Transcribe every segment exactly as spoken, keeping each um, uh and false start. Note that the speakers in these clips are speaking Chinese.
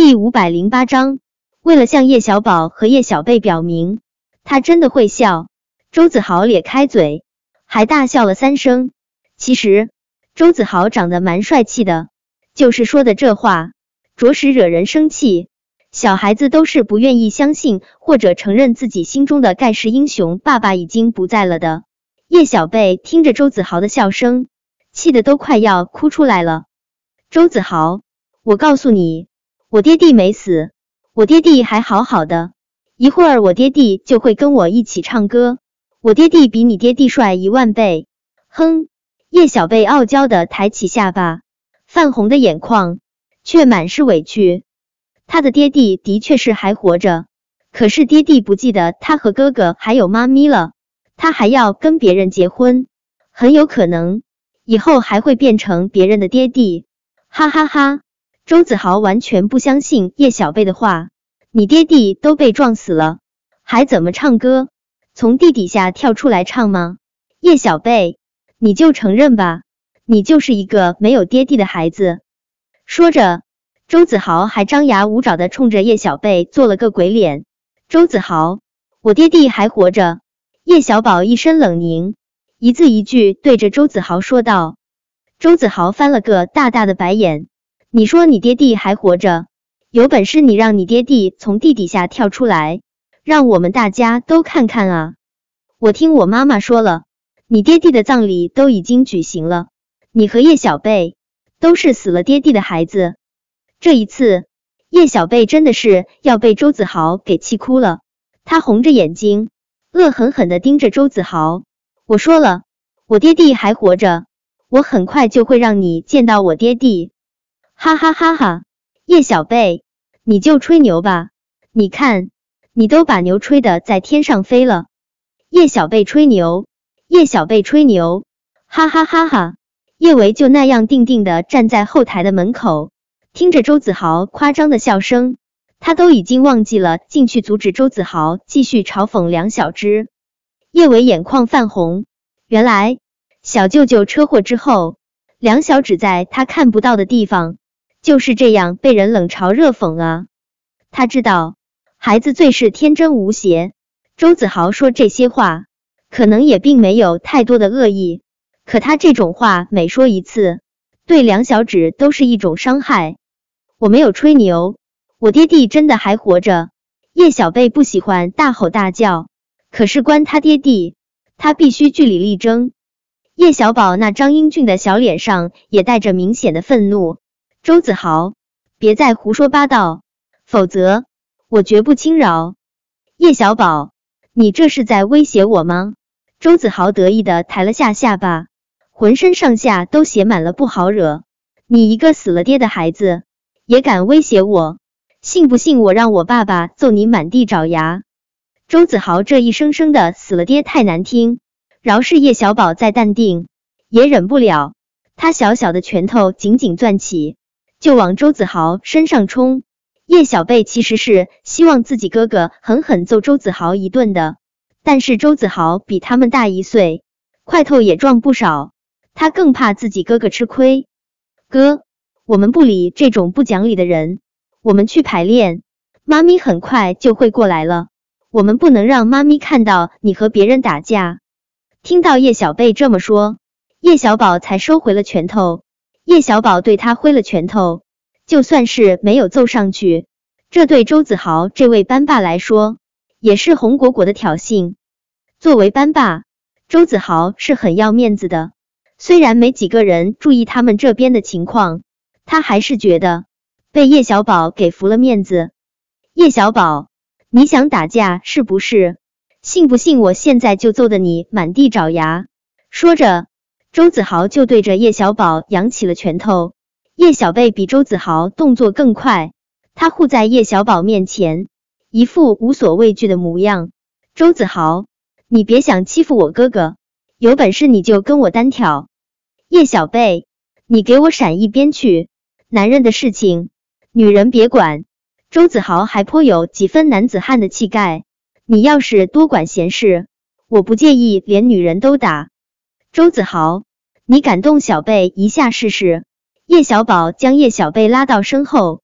第五百零八章，为了向叶小宝和叶小贝表明他真的会笑，周子豪咧开嘴，还大笑了三声。其实周子豪长得蛮帅气的，就是说的这话着实惹人生气。小孩子都是不愿意相信或者承认自己心中的盖世英雄爸爸已经不在了的。叶小贝听着周子豪的笑声，气得都快要哭出来了。周子豪，我告诉你，我爹地没死，我爹地还好好的，一会儿我爹地就会跟我一起唱歌，我爹地比你爹地帅一万倍。哼！叶小贝傲娇的抬起下巴，泛红的眼眶却满是委屈。他的爹地的确是还活着，可是爹地不记得他和哥哥还有妈咪了，他还要跟别人结婚，很有可能以后还会变成别人的爹地。哈哈哈！周子豪完全不相信叶小贝的话，你爹地都被撞死了，还怎么唱歌？从地底下跳出来唱吗？叶小贝，你就承认吧，你就是一个没有爹地的孩子。说着，周子豪还张牙舞爪的冲着叶小贝做了个鬼脸。周子豪，我爹地还活着。叶小宝一身冷凝，一字一句对着周子豪说道。周子豪翻了个大大的白眼，你说你爹地还活着，有本事你让你爹地从地底下跳出来，让我们大家都看看啊！我听我妈妈说了，你爹地的葬礼都已经举行了，你和叶小贝都是死了爹地的孩子。这一次，叶小贝真的是要被周子豪给气哭了，他红着眼睛，恶狠狠地盯着周子豪。我说了，我爹地还活着，我很快就会让你见到我爹地。哈哈哈哈！叶小贝，你就吹牛吧，你看，你都把牛吹得在天上飞了。叶小贝吹牛，叶小贝吹牛，哈哈哈哈！叶维就那样定定地站在后台的门口，听着周子豪夸张的笑声，他都已经忘记了进去阻止周子豪继续嘲讽梁小芝。叶维眼眶泛红，原来小舅舅车祸之后，梁小芷在他看不到的地方就是这样被人冷嘲热讽啊。他知道孩子最是天真无邪，周子豪说这些话可能也并没有太多的恶意，可他这种话每说一次，对梁小芷都是一种伤害。我没有吹牛，我爹地真的还活着。叶小贝不喜欢大吼大叫，可是关他爹地，他必须据理力争。叶小宝那张英俊的小脸上也带着明显的愤怒。周子豪，别再胡说八道，否则我绝不轻饶。叶小宝，你这是在威胁我吗？周子豪得意的抬了下下巴，浑身上下都写满了不好惹。你一个死了爹的孩子，也敢威胁我？信不信我让我爸爸揍你满地找牙？周子豪这一声声的死了爹太难听，饶是叶小宝再淡定，也忍不了。他小小的拳头紧紧攥起，就往周子豪身上冲。叶小贝其实是希望自己哥哥狠狠揍周子豪一顿的，但是周子豪比他们大一岁，块头也壮不少，他更怕自己哥哥吃亏。哥，我们不理这种不讲理的人，我们去排练，妈咪很快就会过来了，我们不能让妈咪看到你和别人打架。听到叶小贝这么说，叶小宝才收回了拳头。叶小宝对他挥了拳头，就算是没有揍上去，这对周子豪这位班霸来说也是红果果的挑衅。作为班霸，周子豪是很要面子的，虽然没几个人注意他们这边的情况，他还是觉得被叶小宝给服了面子。叶小宝，你想打架是不是？信不信我现在就揍得你满地找牙？说着，周子豪就对着叶小宝扬起了拳头。叶小贝比周子豪动作更快，他护在叶小宝面前，一副无所畏惧的模样。周子豪，你别想欺负我哥哥，有本事你就跟我单挑。叶小贝，你给我闪一边去，男人的事情，女人别管。周子豪还颇有几分男子汉的气概，你要是多管闲事，我不介意连女人都打。周子豪，你敢动小贝一下试试？叶小宝将叶小贝拉到身后，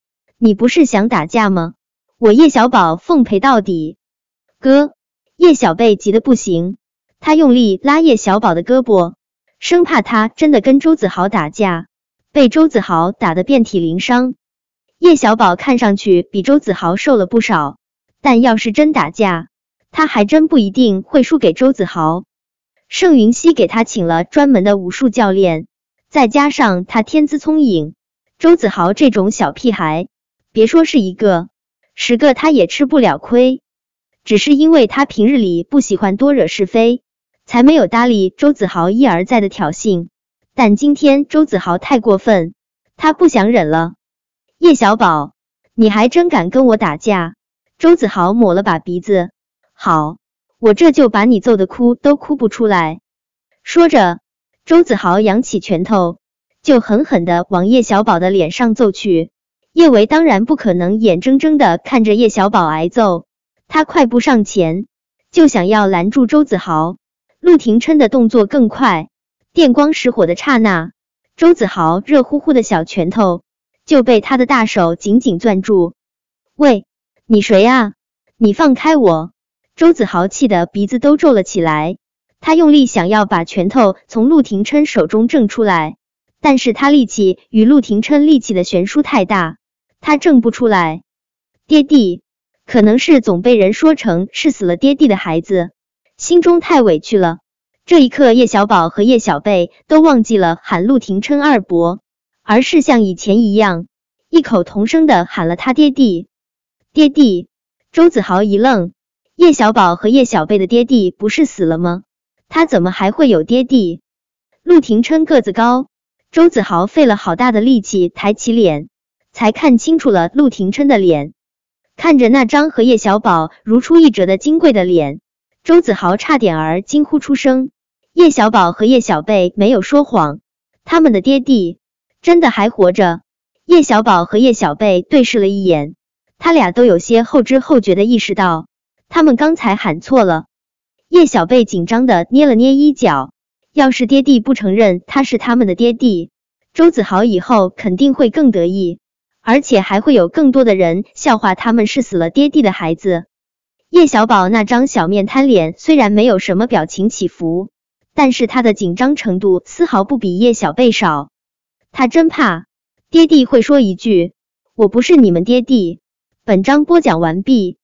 你不是想打架吗？我叶小宝奉陪到底。哥，叶小贝急得不行，他用力拉叶小宝的胳膊，生怕他真的跟周子豪打架，被周子豪打得遍体鳞伤。叶小宝看上去比周子豪瘦了不少，但要是真打架，他还真不一定会输给周子豪。盛云熙给他请了专门的武术教练，再加上他天资聪颖，周子豪这种小屁孩，别说是一个，十个他也吃不了亏。只是因为他平日里不喜欢多惹是非，才没有搭理周子豪一而再的挑衅。但今天周子豪太过分，他不想忍了。叶小宝，你还真敢跟我打架？周子豪抹了把鼻子，好，我这就把你揍得哭都哭不出来。说着，周子豪扬起拳头，就狠狠地往叶小宝的脸上揍去。叶维当然不可能眼睁睁地看着叶小宝挨揍，他快步上前，就想要拦住周子豪。陆廷琛的动作更快，电光石火的刹那，周子豪热乎乎的小拳头就被他的大手紧紧攥住。喂，你谁啊？你放开我！周子豪气得鼻子都皱了起来，他用力想要把拳头从陆廷琛手中挣出来，但是他力气与陆廷琛力气的悬殊太大，他挣不出来。爹地，可能是总被人说成是死了爹地的孩子，心中太委屈了。这一刻，叶小宝和叶小贝都忘记了喊陆廷琛二伯，而是像以前一样异口同声的喊了他爹地。爹地！周子豪一愣，叶小宝和叶小贝的爹地不是死了吗？他怎么还会有爹地？陆廷琛个子高，周子豪费了好大的力气抬起脸，才看清楚了陆廷琛的脸。看着那张和叶小宝如出一辙的金贵的脸，周子豪差点儿惊呼出声。叶小宝和叶小贝没有说谎，他们的爹地真的还活着。叶小宝和叶小贝对视了一眼，他俩都有些后知后觉的意识到，他们刚才喊错了。叶小贝紧张的捏了捏衣角，要是爹地不承认他是他们的爹地，周子豪以后肯定会更得意，而且还会有更多的人笑话他们是死了爹地的孩子。叶小宝那张小面瘫脸虽然没有什么表情起伏，但是他的紧张程度丝毫不比叶小贝少。他真怕爹地会说一句我不是你们爹地。本章播讲完毕。